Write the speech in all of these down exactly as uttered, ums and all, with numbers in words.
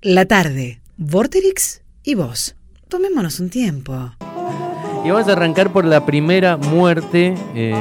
La tarde, Vorterix y vos. Tomémonos un tiempo. Y vamos a arrancar por la primera muerte eh,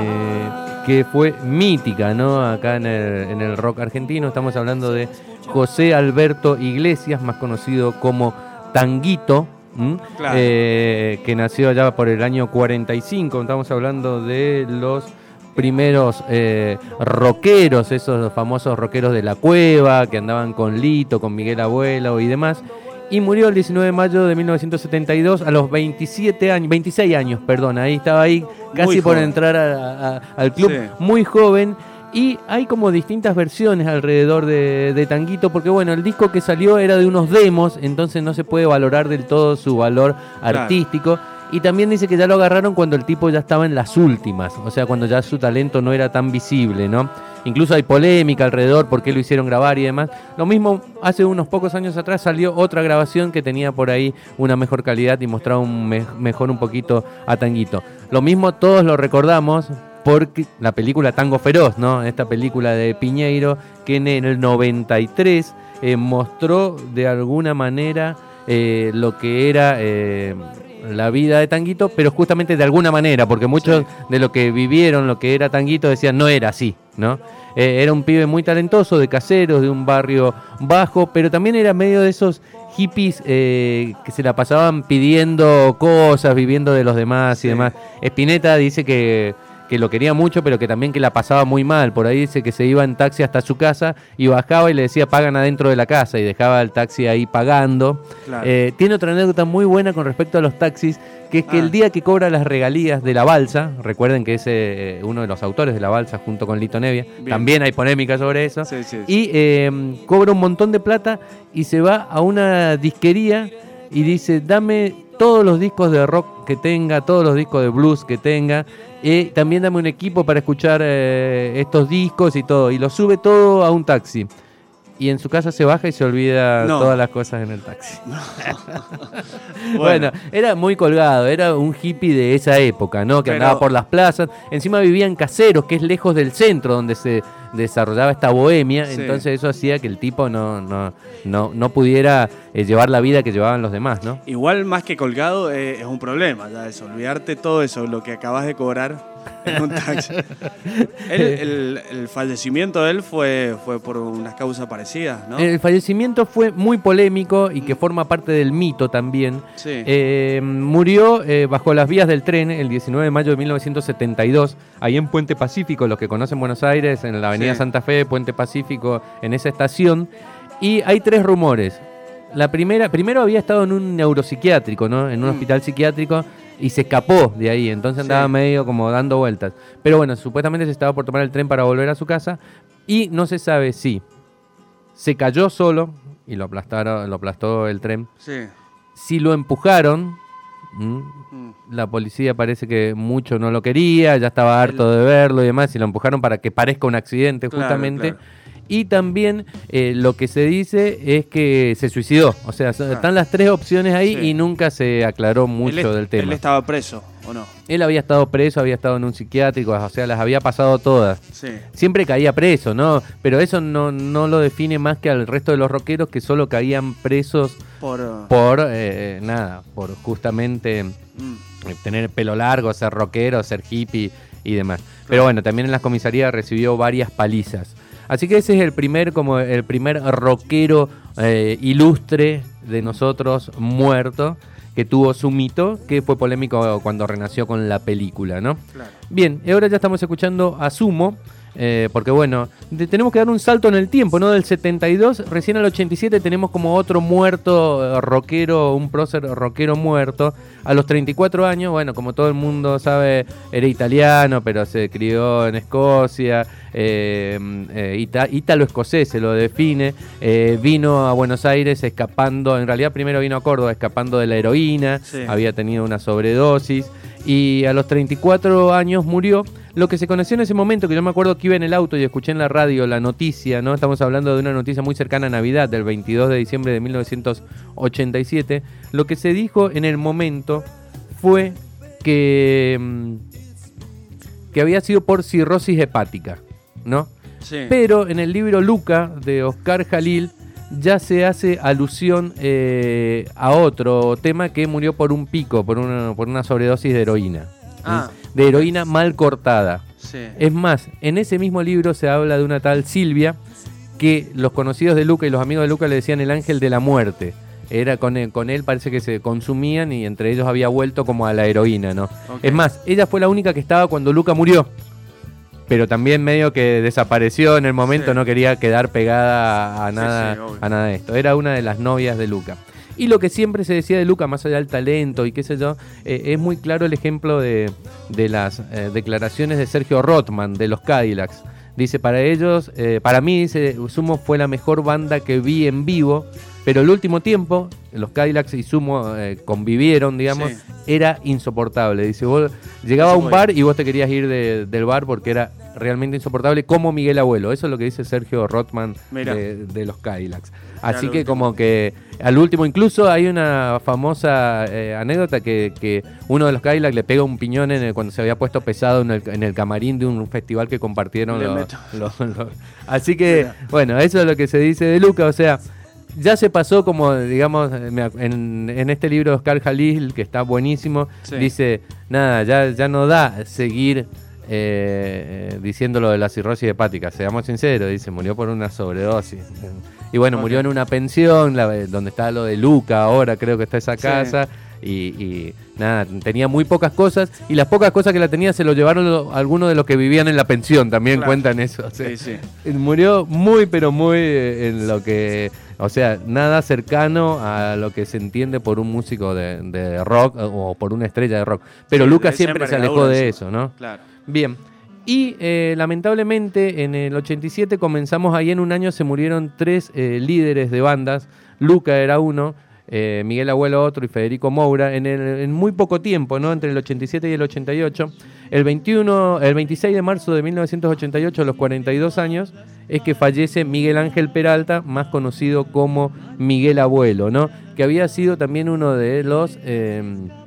que fue mítica, ¿no? Acá en el, en el rock argentino. Estamos hablando de José Alberto Iglesias, más conocido como Tanguito, claro. eh, que nació allá por el año cuarenta y cinco. Estamos hablando de los primeros eh, rockeros, esos famosos rockeros de la cueva, que andaban con Lito, con Miguel Abuelo y demás. Y murió el diecinueve de mayo de mil novecientos setenta y dos a los veintisiete años, veintiséis años, perdón, ahí estaba ahí casi por entrar a, a, al club, sí. Muy joven. Y hay como distintas versiones alrededor de, de Tanguito, porque bueno, el disco que salió era de unos demos, entonces no se puede valorar del todo su valor artístico. Claro. Y también dice que ya lo agarraron cuando el tipo ya estaba en las últimas, o sea, cuando ya su talento no era tan visible, ¿no? Incluso hay polémica alrededor, por qué lo hicieron grabar y demás. Lo mismo, hace unos pocos años atrás salió otra grabación que tenía por ahí una mejor calidad y mostraba un me- mejor un poquito a Tanguito. Lo mismo todos lo recordamos porque la película Tango Feroz, ¿no? Esta película de Piñeiro, que en el noventa y tres eh, mostró de alguna manera eh, lo que era... Eh, la vida de Tanguito, pero justamente de alguna manera, porque muchos sí. de lo que vivieron, lo que era Tanguito, decían no era así, ¿no? Eh, era un pibe muy talentoso, de Caseros, de un barrio bajo, pero también era medio de esos hippies eh, que se la pasaban pidiendo cosas, viviendo de los demás sí. y demás. Spinetta dice que que lo quería mucho, pero que también que la pasaba muy mal. Por ahí dice que se iba en taxi hasta su casa y bajaba y le decía pagan adentro de la casa y dejaba el taxi ahí pagando. Claro. Eh, tiene otra anécdota muy buena con respecto a los taxis, que es que ah. el día que cobra las regalías de La Balsa, recuerden que es eh, uno de los autores de La Balsa junto con Lito Nevia, bien. También hay polémica sobre eso, sí, sí, sí. y eh, cobra un montón de plata y se va a una disquería y dice dame todos los discos de rock que tenga, todos los discos de blues que tenga, y también dame un equipo para escuchar eh, estos discos y todo, y lo sube todo a un taxi. Y en su casa se baja y se olvida no. todas las cosas en el taxi. No. bueno. bueno, era muy colgado, era un hippie de esa época, ¿no? Que Pero... andaba por las plazas. Encima vivía en Caseros, que es lejos del centro donde se desarrollaba esta bohemia. Sí. Entonces eso hacía que el tipo no, no, no, no pudiera eh, llevar la vida que llevaban los demás, ¿no? Igual más que colgado eh, es un problema, ya es olvidarte todo eso, lo que acabas de cobrar en un taxi. Él, el, el fallecimiento de él fue, fue por unas causas parecidas, ¿no? El fallecimiento fue muy polémico y que forma parte del mito también. Sí. Eh, murió eh, bajo las vías del tren el diecinueve de mayo de mil novecientos setenta y dos, ahí en Puente Pacífico, los que conocen Buenos Aires, en la avenida sí. Santa Fe, Puente Pacífico, en esa estación. Y hay tres rumores. La primera, primero había estado en un neuropsiquiátrico, ¿no? En un mm. hospital psiquiátrico. Y se escapó de ahí, entonces andaba sí. medio como dando vueltas. Pero bueno, supuestamente se estaba por tomar el tren para volver a su casa y no se sabe si se cayó solo y lo aplastaron, lo aplastó el tren. Sí. Si lo empujaron, ¿m? Mm. La policía parece que mucho no lo quería, ya estaba harto el... de verlo y demás, y lo empujaron para que parezca un accidente claro, justamente. Claro. Y también eh, lo que se dice es que se suicidó. O sea, claro. están las tres opciones ahí sí. y nunca se aclaró mucho él, del tema. ¿Él estaba preso o no? Él había estado preso, había estado en un psiquiátrico, o sea, las había pasado todas. Sí. Siempre caía preso, ¿no? Pero eso no, no lo define más que al resto de los rockeros que solo caían presos por, uh... por eh, nada, por justamente mm. tener pelo largo, ser rockero, ser hippie y demás. Claro. Pero bueno, también en las comisarías recibió varias palizas. Así que ese es el primer, como el primer rockero eh, ilustre de nosotros muerto, que tuvo su mito, que fue polémico cuando renació con la película, ¿no? Claro. Bien, ahora ya estamos escuchando a Sumo, eh, porque bueno, de, tenemos que dar un salto en el tiempo, ¿no? Del setenta y dos, recién al ochenta y siete tenemos como otro muerto rockero, un prócer rockero muerto. A los treinta y cuatro años, bueno, como todo el mundo sabe, era italiano, pero se crió en Escocia, eh, eh, ita- ítalo-escocés se lo define, eh, vino a Buenos Aires escapando, en realidad primero vino a Córdoba escapando de la heroína, sí. había tenido una sobredosis, y a los treinta y cuatro años murió. Lo que se conoció en ese momento, que yo me acuerdo que iba en el auto y escuché en la radio la noticia, ¿no? Estamos hablando de una noticia muy cercana a Navidad, del veintidós de diciembre de mil novecientos ochenta y siete. Lo que se dijo en el momento fue que, que había sido por cirrosis hepática, ¿no? Sí. Pero en el libro Luca, de Oscar Jalil, ya se hace alusión eh, a otro tema, que murió por un pico, por una, por una sobredosis de heroína. Ah, de heroína mal cortada. sí. Es más, en ese mismo libro se habla de una tal Silvia, que los conocidos de Luca y los amigos de Luca le decían el ángel de la muerte. Era con él, con él parece que se consumían y entre ellos había vuelto como a la heroína, ¿no? Okay. Es más, ella fue la única que estaba cuando Luca murió, pero también medio que desapareció en el momento, sí. No quería quedar pegada a nada, sí, sí, a nada de esto. Era una de las novias de Luca. Y lo que siempre se decía de Luca, más allá del talento y qué sé yo, eh, es muy claro el ejemplo de, de las eh, declaraciones de Sergio Rothman, de los Cadillacs. Dice, para ellos, eh, para mí, dice, Sumo fue la mejor banda que vi en vivo, pero el último tiempo, los Cadillacs y Sumo eh, convivieron, digamos, sí. Era insoportable. Dice, vos llegaba a un bar y vos te querías ir de, del bar porque era realmente insoportable, como Miguel Abuelo. Eso es lo que dice Sergio Rothman de, de los Cadillacs. Así que último. Como que al último, incluso hay una famosa eh, anécdota que, que uno de los Cadillacs le pega un piñón en el, cuando se había puesto pesado en el, en el camarín de un festival que compartieron los, los, los... Así que, mira. Bueno, eso es lo que se dice de Luca, o sea, ya se pasó como, digamos, en, en este libro de Oscar Jalil, que está buenísimo, sí. Dice, nada, ya, ya no da seguir eh, diciendo lo de la cirrosis hepática, seamos sinceros, dice, murió por una sobredosis. Y bueno, okay. Murió en una pensión, la, donde está lo de Luca, ahora creo que está esa casa, sí. y, y nada, tenía muy pocas cosas, y las pocas cosas que la tenía se lo llevaron lo, algunos de los que vivían en la pensión, también claro. Cuentan eso. O sea, sí, sí. Murió muy, pero muy en lo que... O sea, nada cercano a lo que se entiende por un músico de, de rock o por una estrella de rock. Pero sí, Lucas siempre se alejó de eso, ¿no? Claro. Bien. Y eh, lamentablemente en el ochenta y siete comenzamos ahí, en un año se murieron tres eh, líderes de bandas. Luca era uno, eh, Miguel Abuelo otro y Federico Moura. En, el, en muy poco tiempo, ¿no? Entre el ochenta y siete y el ochenta y ocho. El, veintiuno, el veintiséis de marzo de mil novecientos ochenta y ocho, a los cuarenta y dos años, es que fallece Miguel Ángel Peralta, más conocido como Miguel Abuelo, ¿no? Que había sido también uno de los eh,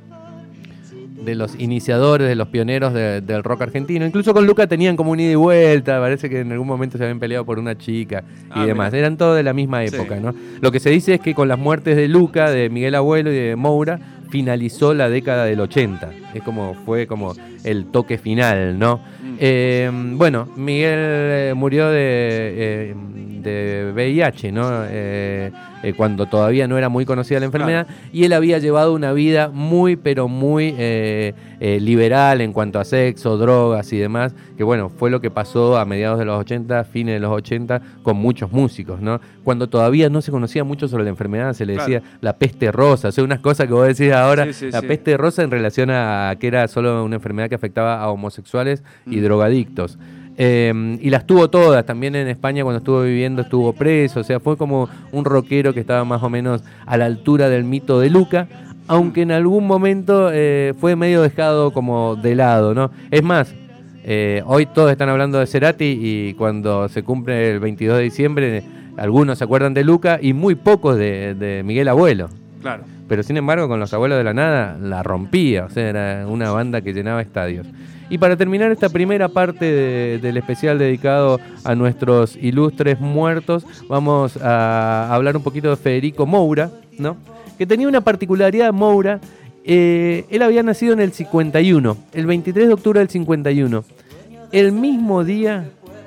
de los iniciadores, de los pioneros de, del rock argentino. Incluso con Luca tenían como un ida y vuelta, parece que en algún momento se habían peleado por una chica y ah, demás. Mira. Eran todos de la misma época, sí. ¿No? Lo que se dice es que con las muertes de Luca, de Miguel Abuelo y de Moura, finalizó la década del ochenta. Es como, fue como el toque final, ¿no? Mm. Eh, bueno, Miguel eh, murió de, eh, de V I H, ¿no? Eh, eh, cuando todavía no era muy conocida la enfermedad, claro. Y él había llevado una vida muy, pero muy eh, eh, liberal en cuanto a sexo, drogas y demás, que bueno, fue lo que pasó a mediados de los ochenta, fines de los ochenta, con muchos músicos, ¿no? Cuando todavía no se conocía mucho sobre la enfermedad, se le decía claro. La peste rosa, o sea, unas cosas que vos decís ahora, sí, sí, la sí. Peste rosa en relación a que era solo una enfermedad que afectaba a homosexuales mm. y drogadictos. Eh, y las tuvo todas, también en España cuando estuvo viviendo estuvo preso, o sea, fue como un rockero que estaba más o menos a la altura del mito de Luca, aunque en algún momento eh, fue medio dejado como de lado, ¿no? Es más, eh, hoy todos están hablando de Cerati y cuando se cumple el veintidós de diciembre, algunos se acuerdan de Luca y muy pocos de, de Miguel Abuelo. Claro. Pero sin embargo, con los Abuelos de la Nada la rompía, o sea, era una banda que llenaba estadios. Y para terminar esta primera parte de, del especial dedicado a nuestros ilustres muertos, vamos a hablar un poquito de Federico Moura, ¿no? Que tenía una particularidad, Moura. Eh, él había nacido en el cincuenta y uno, el veintitrés de octubre del cincuenta y uno, el mismo día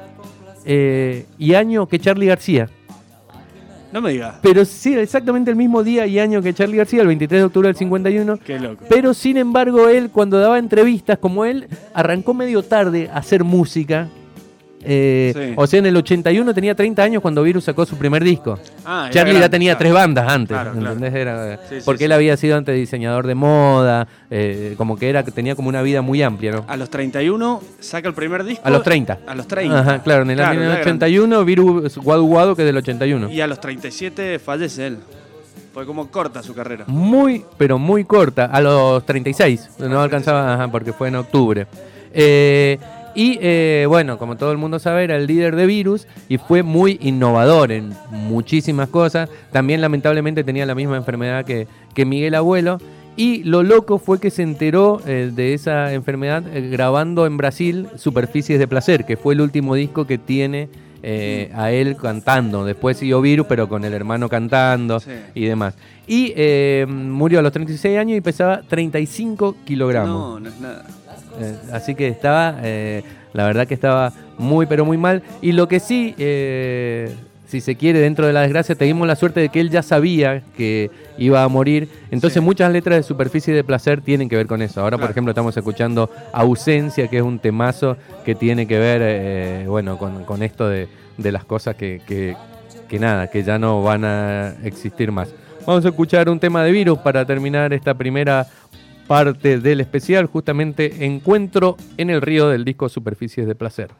eh, y año que Charly García. No me digas. Pero sí, exactamente el mismo día y año que Charly García, el veintitrés de octubre del cincuenta y uno. Qué loco. Pero sin embargo, él cuando daba entrevistas, como él arrancó medio tarde a hacer música, eh, sí. O sea, en el ochenta y uno tenía treinta años cuando Virus sacó su primer disco. Ah, Charly grande, ya tenía claro. tres bandas antes, claro, ¿entendés? Claro. Era, sí, porque sí, él sí. había sido antes diseñador de moda, eh, como que era tenía como una vida muy amplia, ¿no? A los treinta y uno saca el primer disco. A los treinta. A los treinta. Ajá, claro, en el claro, año ochenta y uno, Virus Guadu Guadu, que es del ochenta y uno. Y a los treinta y siete fallece él. Fue como corta su carrera. Muy, pero muy corta. A los treinta y seis. No alcanzaba, ajá, porque fue en octubre. Eh... Y eh, bueno, como todo el mundo sabe, era el líder de Virus y fue muy innovador en muchísimas cosas. También lamentablemente tenía la misma enfermedad que, que Miguel Abuelo. Y lo loco fue que se enteró eh, de esa enfermedad eh, grabando en Brasil Superficies de Placer, que fue el último disco que tiene eh, a él cantando. Después siguió Virus, pero con el hermano cantando sí. y demás. Y eh, murió a los treinta y seis años y pesaba treinta y cinco kilogramos. No, no es nada. Eh, así que estaba, eh, la verdad que estaba muy, pero muy mal. Y lo que sí, eh, si se quiere, dentro de la desgracia, tuvimos la suerte de que él ya sabía que iba a morir. Entonces sí. muchas letras de Superficie de Placer tienen que ver con eso. Ahora, claro. por ejemplo, estamos escuchando Ausencia, que es un temazo que tiene que ver, eh, bueno, con, con esto de, de las cosas que, que, que nada, que ya no van a existir más. Vamos a escuchar un tema de Virus para terminar esta primera parte del especial, justamente Encuentro en el Río, del disco Superficies de Placer.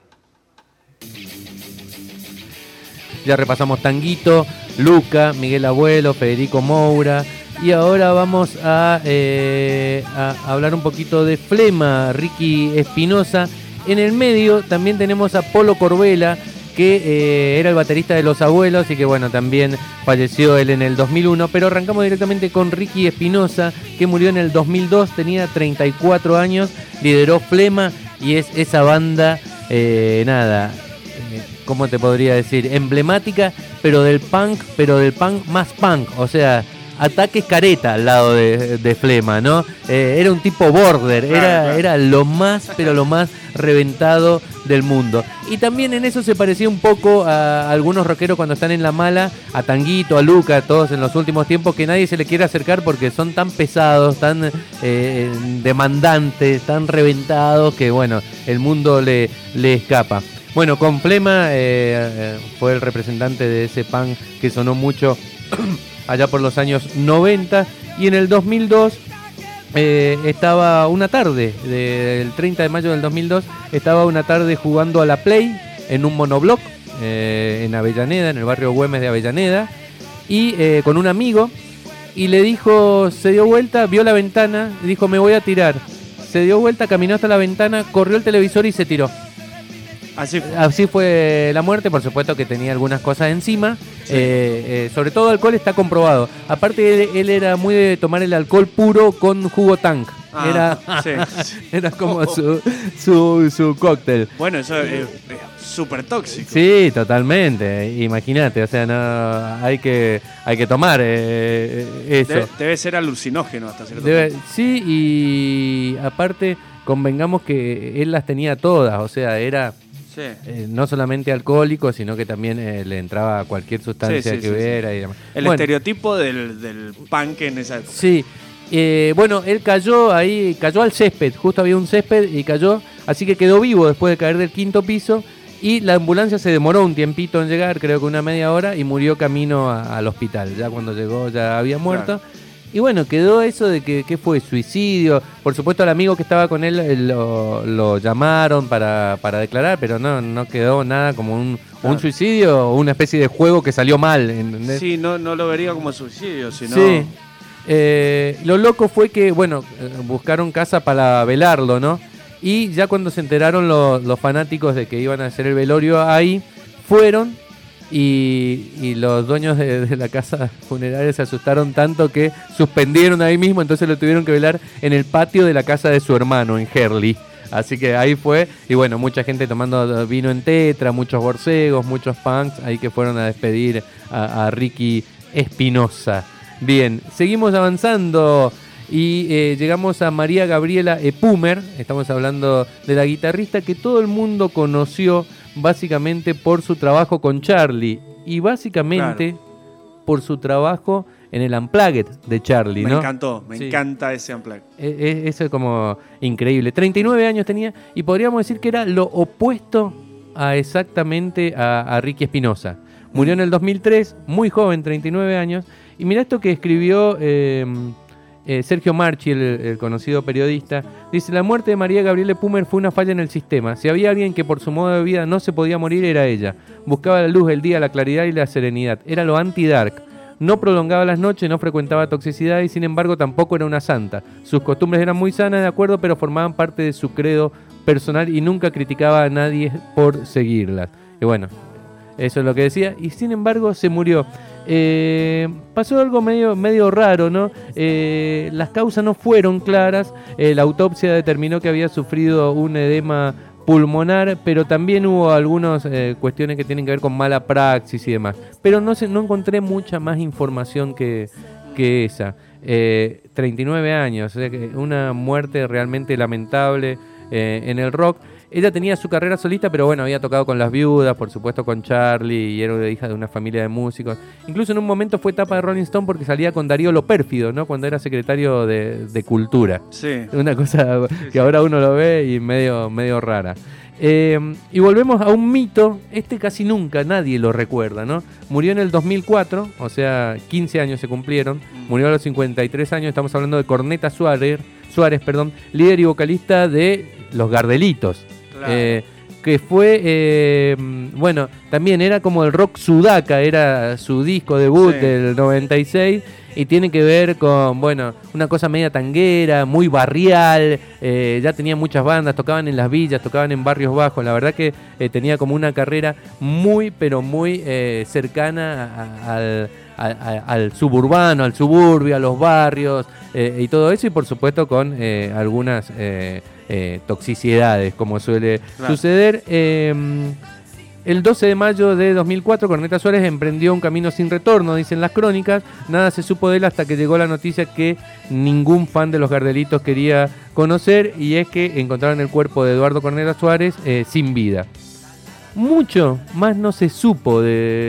Ya repasamos Tanguito, Luca, Miguel Abuelo, Federico Moura, y ahora vamos a, eh, a hablar un poquito de Flema, Ricky Espinosa. En el medio también tenemos a Polo Corbella, que eh, era el baterista de Los Abuelos y que bueno, también falleció él en el dos mil uno, pero arrancamos directamente con Ricky Espinosa, que murió en el dos mil dos, tenía treinta y cuatro años, lideró Flema y es esa banda, eh, nada, eh, ¿cómo te podría decir? Emblemática, pero del punk, pero del punk más punk, o sea, Ataques Careta al lado de, de Flema, ¿no? Eh, era un tipo border, era, era lo más, pero lo más reventado del mundo. Y también en eso se parecía un poco a algunos rockeros cuando están en la mala, a Tanguito, a Luca, todos en los últimos tiempos, que nadie se le quiere acercar porque son tan pesados, tan eh, demandantes, tan reventados, que bueno, el mundo le, le escapa. Bueno, con Flema eh, fue el representante de ese punk que sonó mucho allá por los años noventa, y en el dos mil dos eh, estaba una tarde, del treinta de mayo del dos mil dos, estaba una tarde jugando a la Play en un monobloc eh, en Avellaneda, en el barrio Güemes de Avellaneda, y eh, con un amigo, y le dijo, se dio vuelta, vio la ventana, dijo me voy a tirar, se dio vuelta, caminó hasta la ventana, corrió el televisor y se tiró. Así fue. Así fue la muerte, por supuesto que tenía algunas cosas encima, sí. eh, eh, sobre todo alcohol está comprobado. Aparte él, él era muy de tomar el alcohol puro con jugo Tank, ah, era, sí. era como su, su, su cóctel. Bueno, eso es, es súper tóxico. Sí, totalmente, imagínate, o sea, no hay que, hay que tomar eh, eso. Debe, debe ser alucinógeno hasta cierto debe, punto. Sí, y aparte convengamos que él las tenía todas, o sea, era... Sí. Eh, no solamente alcohólico, sino que también eh, le entraba cualquier sustancia sí, sí, que sí, hubiera. Sí. Y demás. El bueno, estereotipo del, del punk en esa época. Sí, eh, bueno, él cayó ahí, cayó al césped, justo había un césped y cayó, así que quedó vivo después de caer del quinto piso, y la ambulancia se demoró un tiempito en llegar, creo que una media hora, y murió camino a, al hospital. Ya cuando llegó ya había muerto. Claro. Y bueno, quedó eso de que, que fue suicidio. Por supuesto al amigo que estaba con él, él lo, lo llamaron para, para declarar, pero no, no quedó nada como un, claro. un suicidio o una especie de juego que salió mal, ¿entendés? Sí, no, no lo vería como suicidio, sino... Sí. Eh, lo loco fue que, bueno, buscaron casa para velarlo, ¿no? Y ya cuando se enteraron los, los fanáticos de que iban a hacer el velorio ahí, fueron... Y, y los dueños de, de la casa funeraria se asustaron tanto que suspendieron ahí mismo, entonces lo tuvieron que velar en el patio de la casa de su hermano en Herley. Así que ahí fue, y bueno, mucha gente tomando vino en tetra, muchos borcegos, muchos punks, ahí que fueron a despedir a, a Ricky Espinosa. Bien, seguimos avanzando y eh, llegamos a María Gabriela Epumer. Estamos hablando de la guitarrista que todo el mundo conoció básicamente por su trabajo con Charlie y básicamente claro. por su trabajo en el Unplugged de Charlie, me ¿no? Me encantó, me sí. encanta ese Unplugged. Es, eso es como increíble. treinta y nueve años tenía y podríamos decir que era lo opuesto a exactamente a, a Ricky Espinosa. Murió en el dos mil tres, muy joven, treinta y nueve años. Y mirá esto que escribió eh, eh, Sergio Marchi, el, el conocido periodista. Dice, la muerte de María Gabriela Epumer fue una falla en el sistema. Si había alguien que por su modo de vida no se podía morir, era ella. Buscaba la luz, el día, la claridad y la serenidad. Era lo anti-dark. No prolongaba las noches, no frecuentaba toxicidad y sin embargo tampoco era una santa. Sus costumbres eran muy sanas, de acuerdo, pero formaban parte de su credo personal y nunca criticaba a nadie por seguirlas. Y bueno, eso es lo que decía. Y sin embargo se murió. Eh, pasó algo medio, medio raro, ¿no? Eh, las causas no fueron claras. Eh, la autopsia determinó que había sufrido un edema pulmonar, pero también hubo algunas eh, cuestiones que tienen que ver con mala praxis y demás. Pero no, se, no encontré mucha más información que, que esa. Eh, treinta y nueve años, o sea que una muerte realmente lamentable eh, en el rock. Ella tenía su carrera solista, pero bueno, había tocado con Las Viudas, por supuesto con Charlie, y era hija de una familia de músicos. Incluso en un momento fue tapa de Rolling Stone porque salía con Darío Lo Pérfido, ¿no? Cuando era secretario de, de Cultura. Sí. Una cosa sí, que sí. ahora uno lo ve y medio, medio rara. Eh, y volvemos a un mito, este casi nunca nadie lo recuerda, ¿no? Murió en el dos mil cuatro, o sea, quince años se cumplieron. Murió a los cincuenta y tres años, estamos hablando de Corneta Suárez, Suárez, perdón, líder y vocalista de Los Gardelitos. Claro. Eh, que fue, eh, bueno, también era como el rock sudaca, era su disco debut Sí. del noventa y seis, y tiene que ver con, bueno, una cosa media tanguera, muy barrial, eh, ya tenía muchas bandas, tocaban en las villas, tocaban en barrios bajos, la verdad que eh, tenía como una carrera muy, pero muy eh, cercana a- a- al... A, a, al suburbano, al suburbio, a los barrios eh, y todo eso, y por supuesto con eh, algunas eh, eh, toxicidades, como suele Claro. suceder. Eh, el doce de mayo de dos mil cuatro, Corneta Suárez emprendió un camino sin retorno, dicen las crónicas. Nada se supo de él hasta que llegó la noticia que ningún fan de los Gardelitos quería conocer, y es que encontraron el cuerpo de Eduardo Corneta Suárez eh, sin vida. Mucho más no se supo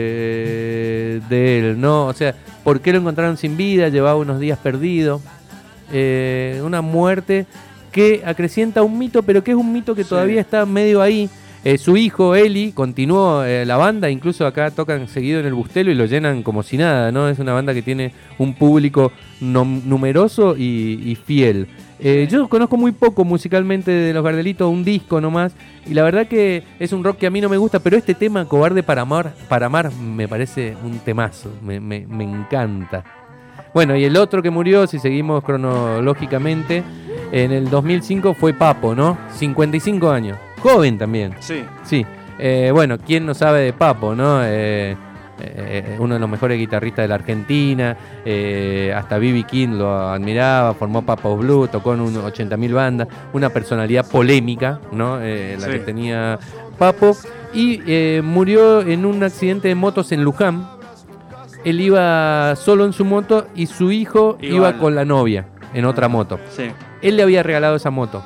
de, de él, ¿no? O sea, ¿por qué lo encontraron sin vida? Llevaba unos días perdido. Eh, una muerte que acrecienta un mito, pero que es un mito que Sí. todavía está medio ahí. Eh, su hijo, Eli, continuó eh, la banda, incluso acá tocan seguido en el Bustelo y lo llenan como si nada, ¿no? Es una banda que tiene un público nom- numeroso y, y fiel. Eh, yo conozco muy poco musicalmente de Los Gardelitos, un disco nomás, y la verdad que es un rock que a mí no me gusta, pero este tema, Cobarde para amar, para amar me parece un temazo, me, me, me encanta. Bueno, y el otro que murió, si seguimos cronológicamente, en el dos mil cinco fue Papo, ¿no? cincuenta y cinco años, joven también. Sí. Sí, eh, bueno, ¿quién no sabe de Papo, no? Eh, eh, uno de los mejores guitarristas de la Argentina, eh, hasta B B King lo admiraba, formó Papo Blue, tocó en ochenta mil bandas, una personalidad polémica, ¿no? Eh, la Sí. que tenía Papo, y eh, murió en un accidente de motos en Luján. Él iba solo en su moto y su hijo Igual. iba con la novia en otra moto. Sí. Él le había regalado esa moto.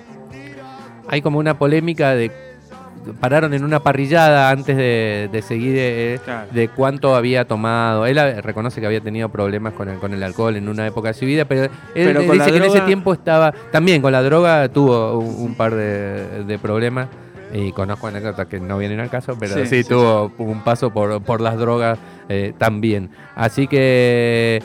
Hay como una polémica de... Pararon en una parrillada antes de, de seguir eh, Claro. de cuánto había tomado. Él eh, reconoce que había tenido problemas con el, con el alcohol en una época de su vida, pero él Pero eh, con dice la que en ese droga- tiempo estaba... También con la droga tuvo un, un par de, de problemas. Y conozco anécdotas que no vienen al caso, pero sí, Sí, sí, tuvo un paso por, por las drogas eh, también. Así que...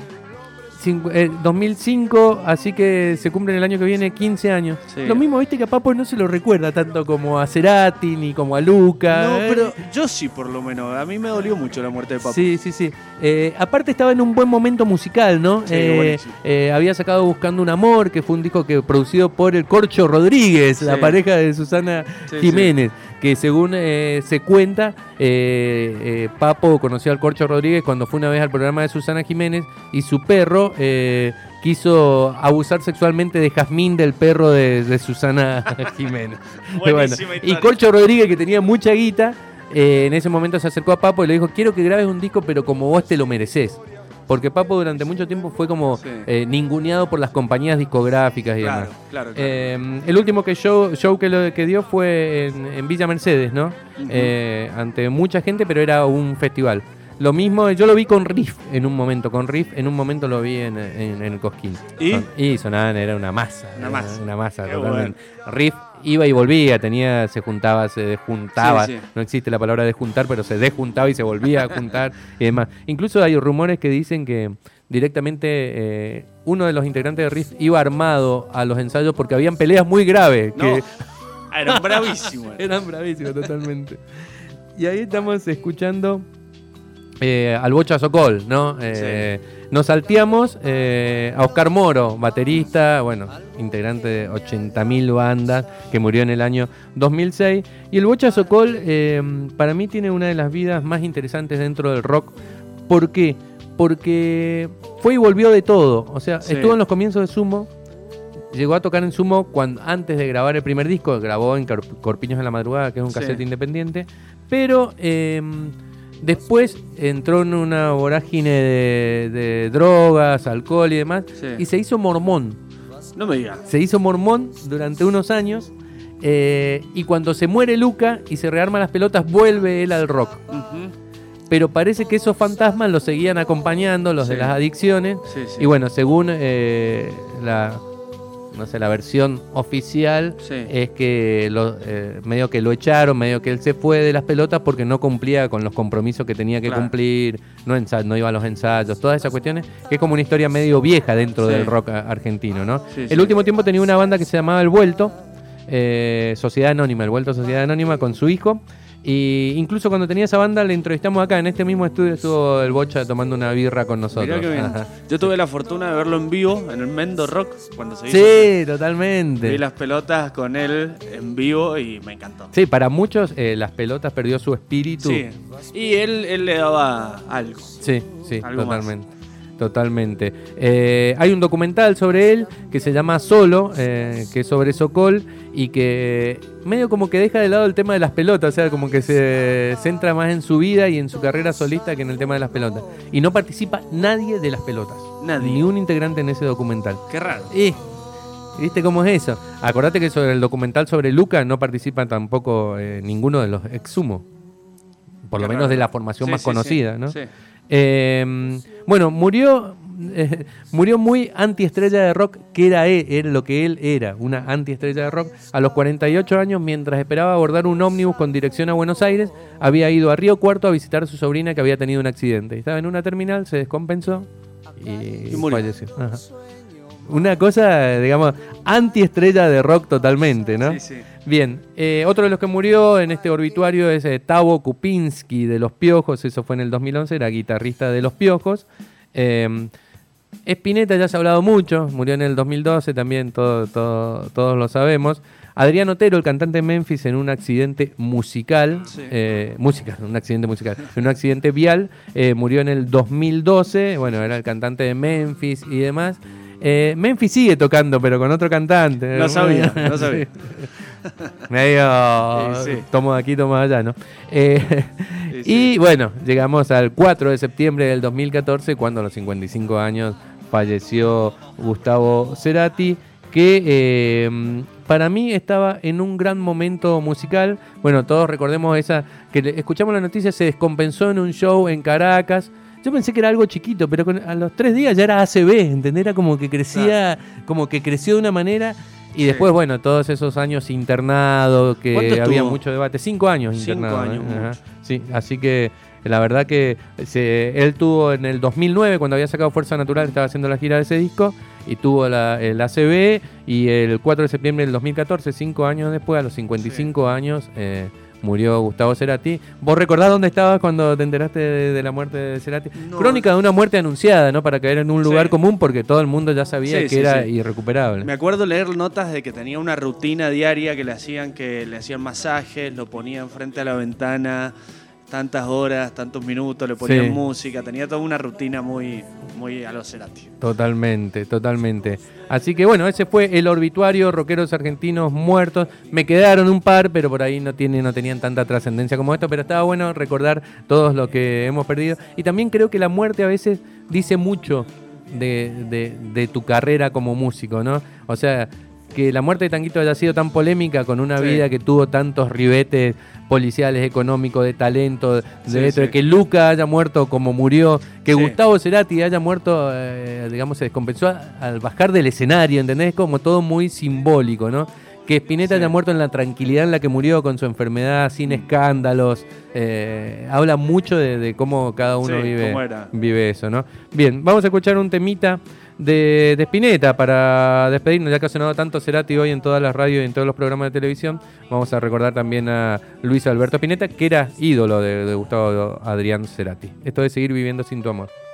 cincu- eh, dos mil cinco, así que se cumplen el año que viene quince años. Sí. Lo mismo, viste que a Papo no se lo recuerda tanto como a Cerati ni como a Luca. No, ¿eh? pero yo sí, por lo menos. A mí me dolió mucho la muerte de Papo. Sí, sí, sí. Eh, aparte estaba en un buen momento musical, ¿no? Sí, Eh, buenísimo. eh, había sacado Buscando un Amor, que fue un disco que producido por el Corcho Rodríguez, la Sí. pareja de Susana Sí, Jiménez, que según eh, se cuenta, eh, eh, Papo conoció al Corcho Rodríguez cuando fue una vez al programa de Susana Jiménez y su perro eh, quiso abusar sexualmente de Jazmín, del perro de, de Susana Jiménez. Y Buenísima y historia. Corcho Rodríguez, que tenía mucha guita, eh, en ese momento se acercó a Papo y le dijo: quiero que grabes un disco, pero como vos te lo mereces. Porque Papo durante mucho tiempo fue como Sí. eh, ninguneado por las compañías discográficas y Claro, demás. claro, claro. Eh, el último que show, show que, lo, que dio fue en, en Villa Mercedes, ¿no? Ujú. Eh, ante mucha gente, pero era un festival. Lo mismo, yo lo vi con Riff en un momento, con Riff en un momento lo vi en, en- en el Cosquín. ¿Y? Son- y sonaban, era una masa. Una era masa. Una masa, Qué totalmente. Riff iba y volvía, tenía, se juntaba, se desjuntaba. Sí, sí. No existe la palabra desjuntar, pero se desjuntaba y se volvía a juntar y demás. Incluso hay rumores que dicen que directamente eh, uno de los integrantes de Riff iba armado a los ensayos porque habían peleas muy graves. No. Que Ah, Era bravísimo. eran bravísimos totalmente. Y ahí estamos escuchando eh, al Bocha Sokol, ¿no? Eh, Nos salteamos eh, a Oscar Moro, baterista, bueno, integrante de ochenta mil bandas, que murió en el año dos mil seis. Y el Bocha Sokol, eh, para mí, tiene una de las vidas más interesantes dentro del rock. ¿Por qué? Porque fue y volvió de todo. O sea, Sí. estuvo en los comienzos de Sumo, llegó a tocar en Sumo cuando, antes de grabar el primer disco, grabó en Cor- Corpiños de la Madrugada, que es un cassette Sí. independiente, pero eh, después entró en una vorágine de, de drogas, alcohol y demás, Sí. y se hizo mormón. No me digas. Se hizo mormón durante unos años, eh, y cuando se muere Luca y se rearma las pelotas, vuelve él al rock. Ujú. Pero parece que esos fantasmas los seguían acompañando, los Sí. de las adicciones. Sí, sí. Y bueno, según eh, la, no sé, la versión oficial, Sí. es que lo, eh, medio que lo echaron, medio que él se fue de las pelotas porque no cumplía con los compromisos que tenía que Claro. cumplir, no, ensa- no iba a los ensayos, todas esas cuestiones, que es como una historia medio vieja dentro Sí. del rock a- argentino, ¿no? Sí, el sí. último tiempo tenía una banda que se llamaba El Vuelto, eh, Sociedad Anónima, El Vuelto Sociedad Anónima, con su hijo. Y incluso cuando tenía esa banda, le entrevistamos acá en este mismo estudio, estuvo el Bocha tomando una birra con nosotros. Mirá qué bien. Ajá. Yo tuve la fortuna de verlo en vivo en el Mendo Rock cuando se hizo. Sí, totalmente. Vi las pelotas con él en vivo y me encantó. Sí, para muchos eh, las pelotas perdió su espíritu. Sí. Y él, él le daba algo. sí, sí, Algo totalmente. Totalmente. Eh, hay un documental sobre él que se llama Solo, eh, que es sobre Sokol y que medio como que deja de lado el tema de las pelotas, o sea, como que se centra más en su vida y en su carrera solista que en el tema de las pelotas. Y no participa nadie de las pelotas. Nadie. Ni un integrante en ese documental. Qué raro. Eh, ¿Viste cómo es eso? Acordate que sobre el documental sobre Luca no participan tampoco eh, ninguno de los ex Sumo. Por lo Qué menos raro. de la formación Sí, más sí, conocida, sí. ¿no? Sí. Eh, bueno, murió eh, murió muy antiestrella de rock, que era él, era lo que él era, una antiestrella de rock. A los cuarenta y ocho años, mientras esperaba abordar un ómnibus con dirección a Buenos Aires, había ido a Río Cuarto a visitar a su sobrina que había tenido un accidente. Estaba en una terminal, se descompensó y, Y murió. falleció. Ajá. Una cosa, digamos, antiestrella de rock totalmente, ¿no? Sí, sí. Bien, eh, otro de los que murió en este obituario es eh, Tavo Kupinski de Los Piojos, eso fue en el dos mil once, era guitarrista de Los Piojos. Eh, Spinetta ya se ha hablado mucho, murió en el dos mil doce también, todo, todo, todos lo sabemos. Adrián Otero, el cantante de Memphis, en un accidente musical, Sí. eh, música, un accidente musical, en un accidente vial, eh, murió en el dos mil doce, bueno, era el cantante de Memphis y demás. Eh, Memphis sigue tocando, pero con otro cantante. No sabía, no sabía. Medio Sí, sí. tomo de aquí, tomo de allá, ¿no? Eh, Sí, y sí. bueno, llegamos al cuatro de septiembre del dos mil catorce, cuando a los cincuenta y cinco años falleció Gustavo Cerati, que eh, para mí estaba en un gran momento musical. Bueno, todos recordemos esa, que le- escuchamos la noticia, se descompensó en un show en Caracas. Yo pensé que era algo chiquito, pero con- a los tres días ya era A C B, ¿entendés? Era como que crecía, como que creció de una manera. Y Sí. después, bueno, todos esos años internado, ¿Cuánto que estuvo? había mucho debate. Cinco años Cinco internado. años, ¿eh? Ajá. mucho. Sí, así que la verdad que se- él tuvo en el dos mil nueve, cuando había sacado Fuerza Natural, estaba haciendo la gira de ese disco, y tuvo la, el A C B, y el cuatro de septiembre del dos mil catorce, cinco años después, a los cincuenta y cinco años, eh, murió Gustavo Cerati. ¿Vos recordás dónde estabas cuando te enteraste de, de la muerte de Cerati? No. Crónica de una muerte anunciada, ¿no? Para caer en un lugar Sí. común, porque todo el mundo ya sabía Sí, que sí, era sí. irrecuperable. Me acuerdo leer notas de que tenía una rutina diaria que le hacían, que le hacían masajes, lo ponían frente a la ventana tantas horas, tantos minutos, le ponían Sí. música, tenía toda una rutina muy, muy a los Cerati. Totalmente, totalmente. Así que bueno, ese fue el obituario, rockeros argentinos muertos. Me quedaron un par, pero por ahí no, tiene, no tenían tanta trascendencia como esto, pero estaba bueno recordar todos los que hemos perdido. Y también creo que la muerte a veces dice mucho de, de, de tu carrera como músico, ¿no? O sea, que la muerte de Tanguito haya sido tan polémica, con una Sí. vida que tuvo tantos ribetes policiales, económicos, de talento, de, Sí, esto, de sí. que Luca haya muerto como murió, que Sí. Gustavo Cerati haya muerto, eh, digamos, se descompensó a- al bajar del escenario, ¿entendés? Como todo muy simbólico, ¿no? Que Spinetta Sí. haya muerto en la tranquilidad en la que murió, con su enfermedad, sin escándalos, eh, habla mucho de, de cómo cada uno Sí, vive, cómo era. vive eso, ¿no? Bien, vamos a escuchar un temita de, de Spinetta para despedirnos, ya que ha sonado tanto Cerati hoy en todas las radios y en todos los programas de televisión. Vamos a recordar también a Luis Alberto Spinetta, que era ídolo de, de Gustavo Adrián Cerati. Esto es Seguir Viviendo Sin Tu Amor.